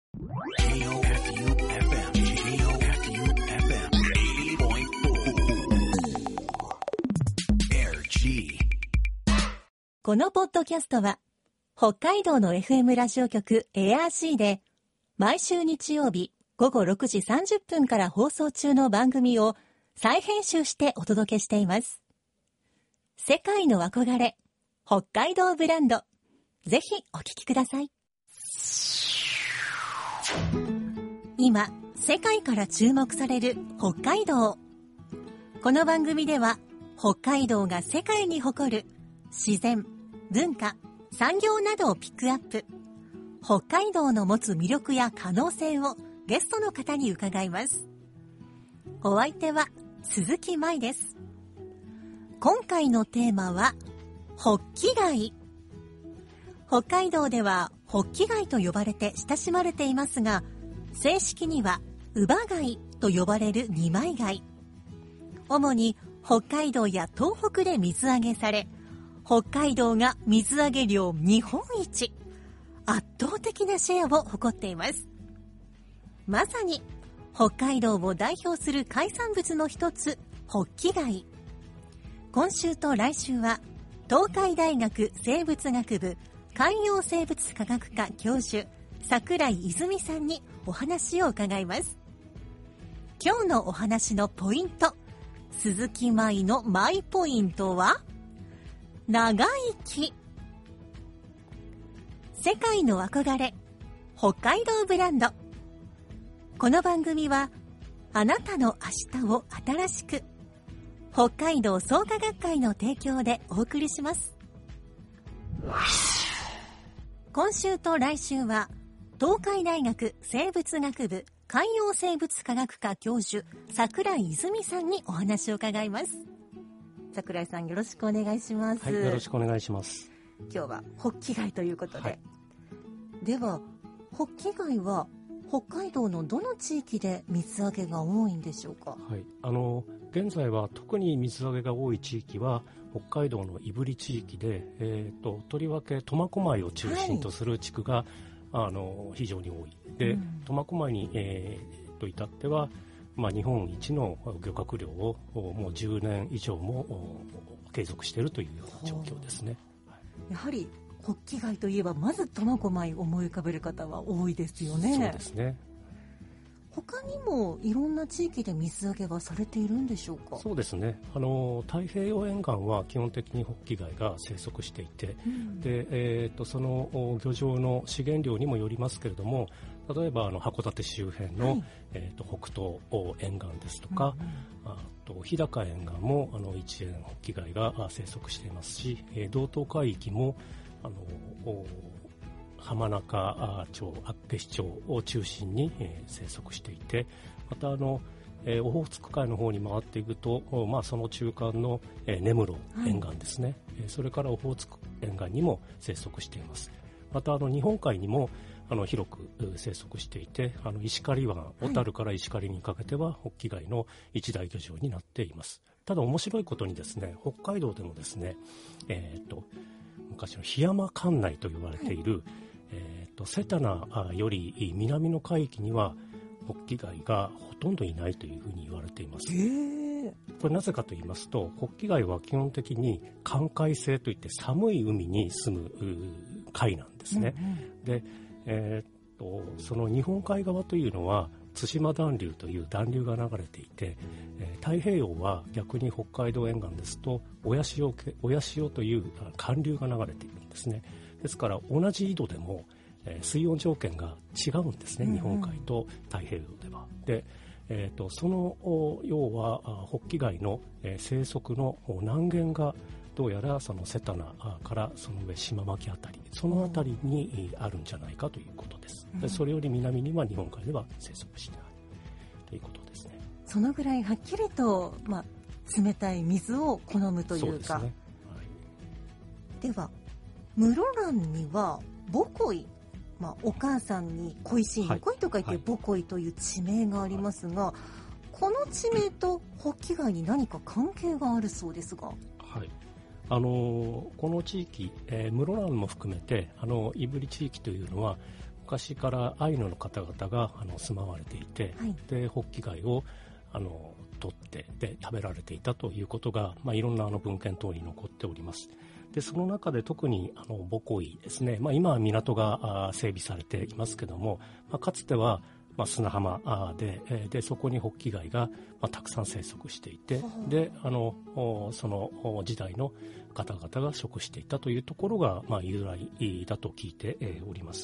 J-O-F-U-F-M このポッドキャストは北海道の FM ラジオ局 ARC で毎週日曜日午後6時30分から放送中の番組を再編集してお届けしています。世界の憧れ北海道ブランド、ぜひお聞きください。今世界から注目される北海道。この番組では北海道が世界に誇る自然、文化、産業などをピックアップ。北海道の持つ魅力や可能性をゲストの方に伺います。お相手は鈴木舞です。今回のテーマはホッキ貝。北海道ではホッキ貝と呼ばれて親しまれていますが、正式にはウバ貝と呼ばれる二枚貝。主に北海道や東北で水揚げされ、北海道が水揚げ量日本一、圧倒的なシェアを誇っています。まさに北海道を代表する海産物の一つ、ホッキ貝。今週と来週は東海大学生物学部海洋生物科学科教授櫻井泉さんにお話を伺います。今日のお話のポイント、鈴木舞のマイポイントは長生き。世界の憧れ北海道ブランド。この番組はあなたの明日を新しく、北海道創価学会の提供でお送りします。今週と来週は東海大学生物学部海洋生物科学科教授櫻井泉さんにお話を伺います。櫻井さん、よろしくお願いします。 はい、よろしくお願いします。 今日はホッキ貝ということで、 はい、 ではホッキ貝は北海道のどの地域で水揚げが多いんでしょうか。 はい、現在は特に水揚げが多い地域は北海道の胆振地域で、とりわけ苫小牧を中心とする地区が、非常に多いで、苫小牧に、至っては、日本一の漁獲量をもう10年以上も継続しているというような状況ですね。 やはりホッキ貝といえばまず苫小牧を思い浮かべる方は多いですよね。 そうですね。 他にもいろんな地域で水揚げはされているんでしょうか。 そうですね、太平洋沿岸は基本的にホッキ貝が生息していて、でその漁場の資源量にもよりますけれども、例えば函館周辺の、北東沿岸ですとか、あと日高沿岸も一円ホッキ貝が生息していますし、道東海域も浜中町、厚岸町を中心に生息していて、またオホーツク海の方に回っていくと、その中間の根室沿岸ですね、それからオホーツク沿岸にも生息しています。また日本海にも広く生息していて、石狩湾、小樽から石狩にかけてはホッキ貝の一大漁場になっています。ただ面白いことにですね、北海道でもですね、昔の檜山管内と言われている、セタナより南の海域にはホッキ貝がほとんどいないというふうに言われています。これなぜかと言いますと、ホッキ貝は基本的に寒海性といって寒い海に住む貝なんですね。で、その日本海側というのは対馬暖流という暖流が流れていて、太平洋は逆に北海道沿岸ですと親潮という寒流が流れているんですね。ですから同じ緯度でも水温条件が違うんですね、日本海と太平洋では。で、その要はホッキ貝の生息の南限がどうやらそのセタナからその上島牧あたり、そのあたりにあるんじゃないかということです。でそれより南には日本海では生息していないということですね。 そのぐらいはっきりと、冷たい水を好むというか。 そうですね。はい、 では室蘭にはボコイ、お母さんに恋しいの恋と書いてボコイという地名がありますが、この地名とホッキ貝に何か関係があるそうですが。 はい、この地域、室蘭も含めて胆振地域というのは昔からアイヌの方々が住まわれていて、 はい、 でホッキ貝を取ってで食べられていたということが、いろんな文献等に残っております。でその中で特にボコイですね、今は港が整備されていますけども、かつては砂浜でそこにホッキ貝がたくさん生息していて、でその時代の方々が食していたというところが由来だと聞いております。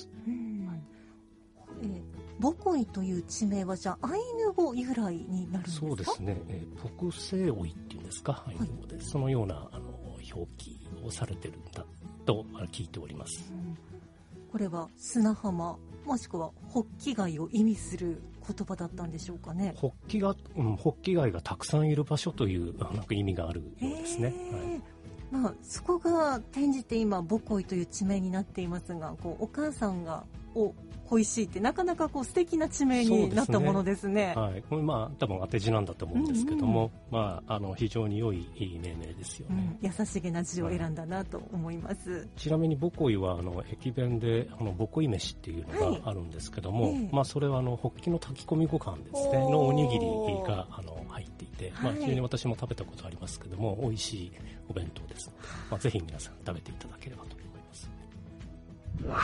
ボコイという地名はじゃあアイヌ語由来になるんですか？ そうですね、北西オイっていうんですか、アイヌ語で、そのような表記をされてるんだと聞いております。 これは砂浜もしくはホッキ貝を意味する言葉だったんでしょうかね。 ホッキ貝がたくさんいる場所という意味があるようですね。 そこが転じて今ボコイという地名になっていますが、お母さんが恋しいってなかなか素敵な地名になったものですね。 はい、これ多分当て字なんだと思うんですけども、非常に良い命名ですよね。 優しげな字を選んだなと思います。 ちなみにボコイは駅弁でボコイ飯っていうのがあるんですけども、それはホッキの炊き込みご飯ですねのおにぎりが入っていて、非常に私も食べたことありますけども美味しいお弁当ですので、ぜひ皆さん食べていただければと思います。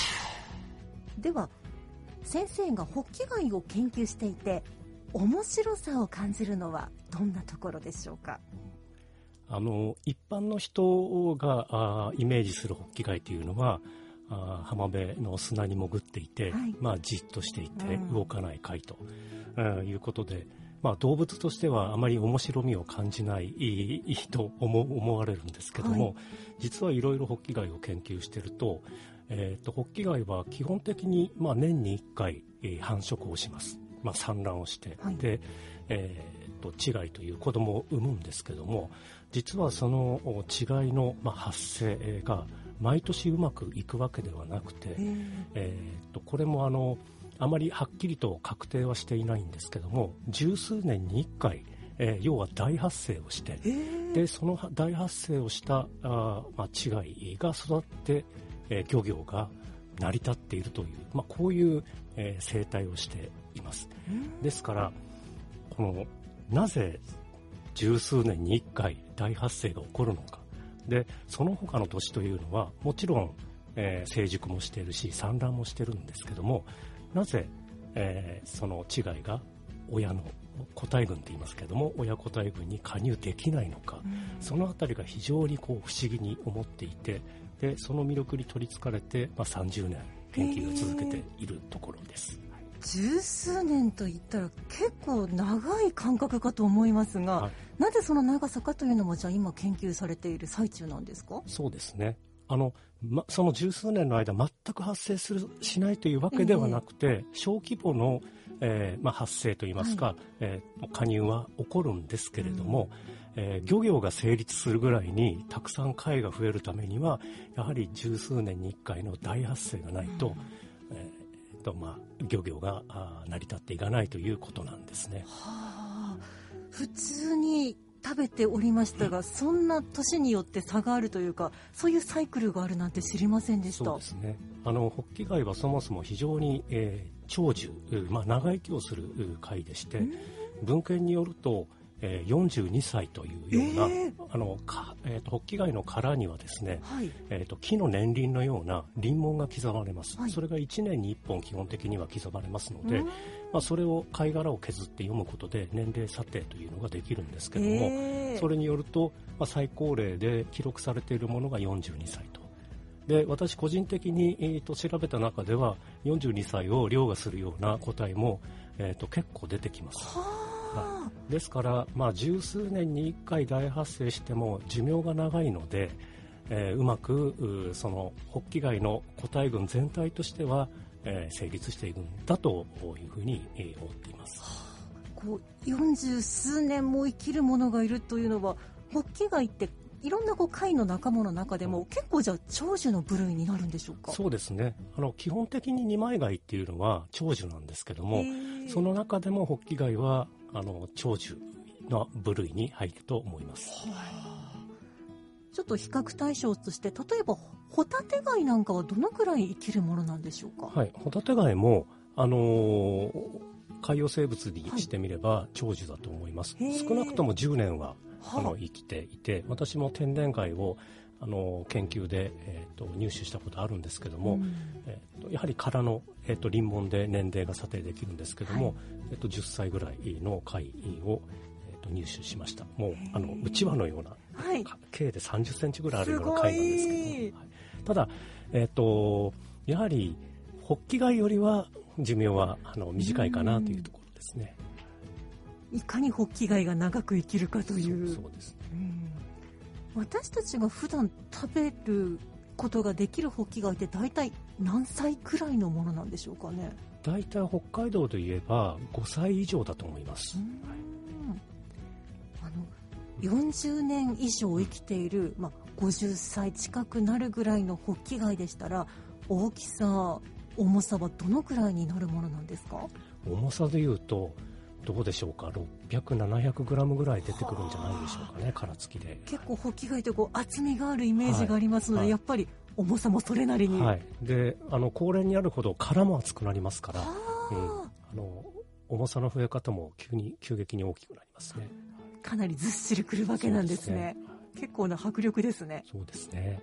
では先生がホッキ貝を研究していて面白さを感じるのはどんなところでしょうか？ 一般の人がイメージするホッキ貝というのは浜辺の砂に潜っていて、じっとしていて動かない貝と、いうことで、動物としてはあまり面白みを感じないと思われるんですけども、実はいろいろホッキ貝を研究していると、ホッキ貝は基本的に年に1回繁殖をします。産卵をして、で、稚貝という子供を産むんですけども、実はその稚貝の発生が毎年うまくいくわけではなくて、これもあまりはっきりと確定はしていないんですけども、十数年に1回、要は大発生をして、でその大発生をした稚貝が育って漁業が成り立っているという、こういう、生態をしています。ですからなぜ十数年に1回大発生が起こるのかで、その他の年というのはもちろん、成熟もしているし産卵もしてるんですけども、なぜ、その稚貝が親の個体群と言いますけども親個体群に加入できないのか、そのあたりが非常に不思議に思っていて、でその魅力に取りつかれて、30年研究を続けているところです。 十数年といったら結構長い間隔かと思いますが、なぜその長さかというのもじゃあ今研究されている最中なんですか？ そうですね、その十数年の間全く発生しないというわけではなくて、小規模の、発生といいますか、加入は起こるんですけれども、漁業が成立するぐらいにたくさん貝が増えるためにはやはり十数年に1回の大発生がないと、漁業が成り立っていかないということなんですね。 普通に食べておりましたが、そんな年によって差があるというか、そういうサイクルがあるなんて知りませんでした。 そうですね、ホッキ貝はそもそも非常に、長寿、長生きをする貝でして、文献によると42歳というような、ホッキ貝の殻にはですね、木の年輪のような輪紋が刻まれます。それが1年に1本基本的には刻まれますので、それを貝殻を削って読むことで年齢査定というのができるんですけども、それによると、最高齢で記録されているものが42歳と。で私個人的に、調べた中では42歳を凌駕するような個体も、結構出てきます。ですから、十数年に1回大発生しても寿命が長いので、うまくそのホッキ貝の個体群全体としては、成立しているんだというふうに、思っています。 40数年も生きるものがいるというのは、ホッキ貝っていろんな貝の仲間の中でも結構じゃあ長寿の部類になるんでしょうか？ そうですね、基本的に二枚貝っていうのは長寿なんですけども、その中でもホッキ貝は長寿の部類に入ると思います。 ちょっと比較対象として、例えばホタテ貝なんかはどのくらい生きるものなんでしょうか？ はい、ホタテ貝も、海洋生物にしてみれば長寿だと思います。少なくとも10年は生きていて、私も天然貝を研究で、入手したことあるんですけども、やはり殻の、輪紋で年齢が査定できるんですけども、10歳ぐらいの貝を、入手しました。もううちわのような、計で30センチぐらいあるような貝なんですけども、ただ、やはりホッキ貝よりは寿命は短いかなというところですね。 いかにホッキ貝が長く生きるかという。 そうですね。 私たちが普段食べることができるホッキ貝って大体何歳くらいのものなんでしょうかね？ 大体北海道といえば5歳以上だと思います。 40年以上生きている、50歳近くなるぐらいのホッキ貝でしたら、大きさ、重さはどのくらいになるものなんですか？ 重さでいうとどうでしょうか、600、700グラムぐらい出てくるんじゃないでしょうかね、殻付きで。 結構ホッキ貝って厚みがあるイメージがありますので、やっぱり重さもそれなりに。 で、高齢になるほど殻も厚くなりますから、重さの増え方も急激に大きくなりますね。 かなりずっしりくるわけなんですね。結構な迫力ですね。 そうですね。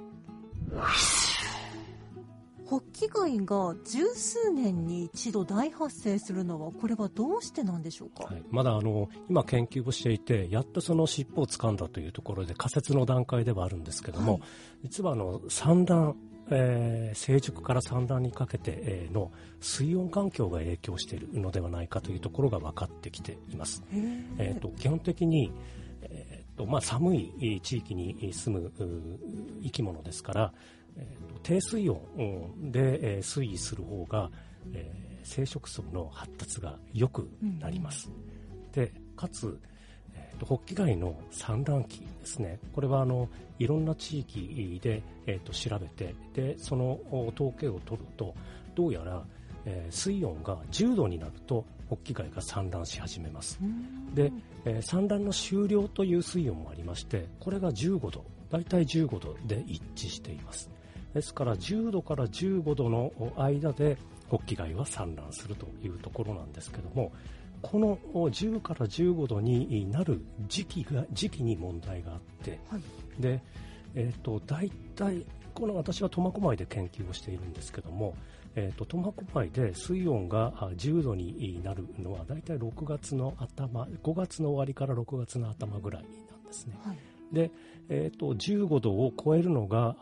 ホッキ貝が十数年に一度大発生するのは、これはどうしてなんでしょうか？ まだ今研究をしていて、やっとその尻尾を掴んだというところで仮説の段階ではあるんですけども、実は産卵、成熟から産卵にかけての水温環境が影響しているのではないかというところが分かってきています。基本的に、寒い地域に住む生き物ですから、低水温で推移する方が生殖層の発達が良くなります。でかつホッキ貝の産卵期ですね、これはいろんな地域で、調べて、でその統計を取ると、どうやら、水温が10度になるとホッキ貝が産卵し始めます。で、産卵の終了という水温もありまして、これが15度、大体15度で一致しています。ですから10度から15度の間でホッキ貝は産卵するというところなんですけども、この10から15度になる時期に問題があって、で、大体私は苫小牧で研究をしているんですけども、苫小牧で水温が10度になるのは大体6月の頭、5月の終わりから6月の頭ぐらいなんですね。で、15度を超えるのが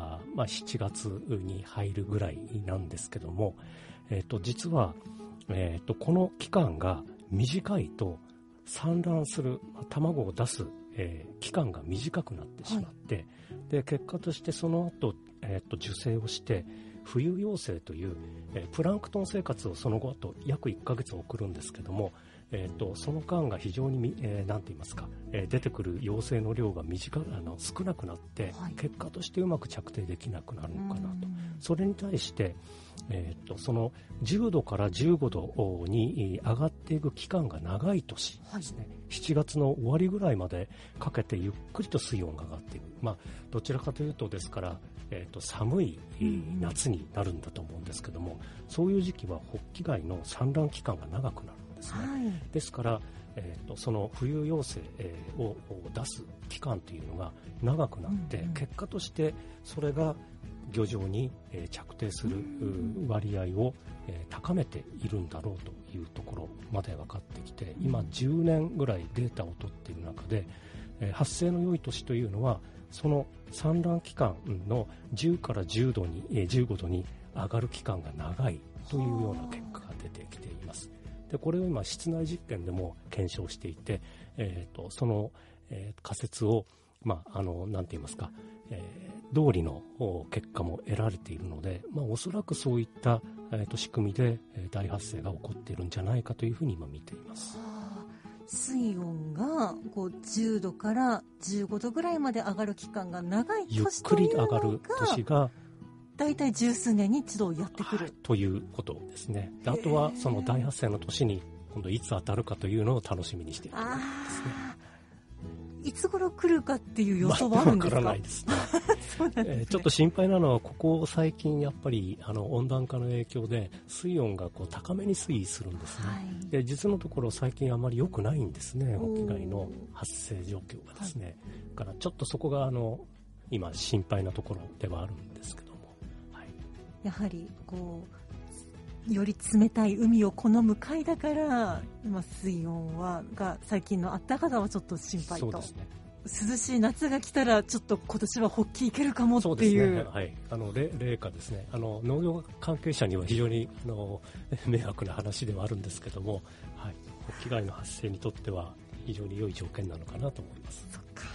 7月に入るぐらいなんですけども、実は、この期間が短いと産卵する、卵を出す、期間が短くなってしまって、で結果としてその後、受精をして浮遊幼生という、プランクトン生活をその後約1ヶ月送るんですけども、その間が非常に、なんて言いますか、出てくる幼生の量が少なくなって、結果としてうまく着底できなくなるのかなと。それに対して、その10度から15度に上がっていく期間が長い年ですね、7月の終わりぐらいまでかけてゆっくりと水温が上がっていく、どちらかというとですから、寒い夏になるんだと思うんですけども、そういう時期はホッキ貝の産卵期間が長くなるんですね。ですから、その浮遊幼生を出す期間というのが長くなって、結果としてそれが漁場に着底する割合を高めているんだろうというところまで分かってきて、今10年ぐらいデータを取っている中で、発生の良い年というのはその産卵期間の10から15度に上がる期間が長いというような結果が出てきています。でこれを今室内実験でも検証していて、その、仮説を、なんて言いますか、通りの結果も得られているので、おそらくそういった、仕組みで大発生が起こっているんじゃないかというふうに今見ています。 水温が10度から15度ぐらいまで上がる期間が長い年というのがゆっくり上がる年が大体十数年に一度やってくる、 ということですね。であとはその大発生の年に今度いつ当たるかというのを楽しみにしているところですね。 いつ頃来るかっていう予想はあるんですか？ わからないですね。 そうなんですね。 ちょっと心配なのは、ここ最近やっぱり温暖化の影響で水温がこう高めに推移するんですね、はい、で実のところ最近あまり良くないんですね、ホッキ貝の発生状況がですね、はい、だからちょっとそこが今心配なところではあるんですけども、はい、やはりこうより冷たい海を好む貝だから、水温が最近の暖かさはちょっと心配と。そうですね。涼しい夏が来たらちょっと今年はホッキいけるかもっていう。そうですね、 はい、冷夏ですね。農業関係者には非常に迷惑な話ではあるんですけども、はい、ホッキ貝の発生にとっては非常に良い条件なのかなと思います。そっか。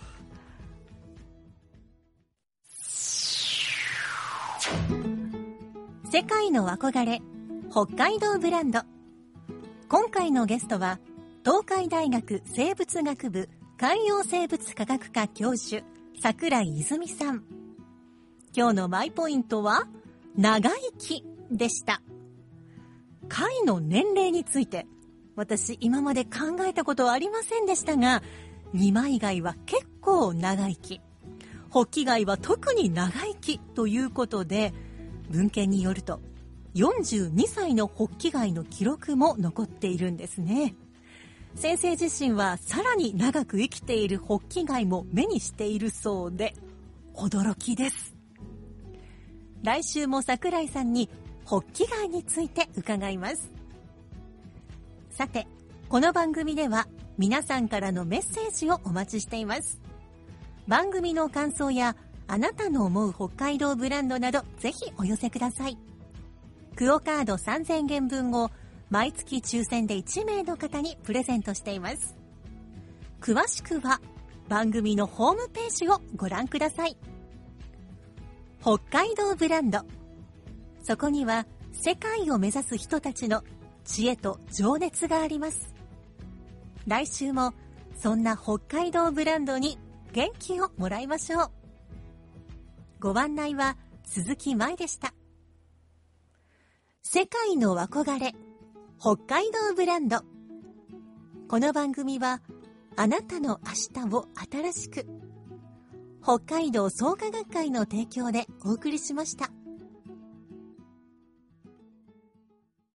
世界の憧れ、北海道ブランド。今回のゲストは東海大学生物学部海洋生物科学科教授、櫻井泉さん。今日のマイポイントは長生きでした。貝の年齢について私今まで考えたことはありませんでしたが、二枚貝は結構長生き、ホッキ貝は特に長生きということで、文献によると42歳のホッキ貝の記録も残っているんですね。先生自身はさらに長く生きているホッキ貝も目にしているそうで驚きです。来週も櫻井さんにホッキ貝について伺います。さて、この番組では皆さんからのメッセージをお待ちしています。番組の感想やあなたの思う北海道ブランドなどぜひお寄せください。クオカード3000元分を毎月抽選で1名の方にプレゼントしています。詳しくは番組のホームページをご覧ください。北海道ブランド。そこには世界を目指す人たちの知恵と情熱があります。来週もそんな北海道ブランドに元気をもらいましょう。ご案内は鈴木舞でした。世界の憧れ、北海道ブランド。この番組はあなたの明日を新しく、北海道創価学会の提供でお送りしました。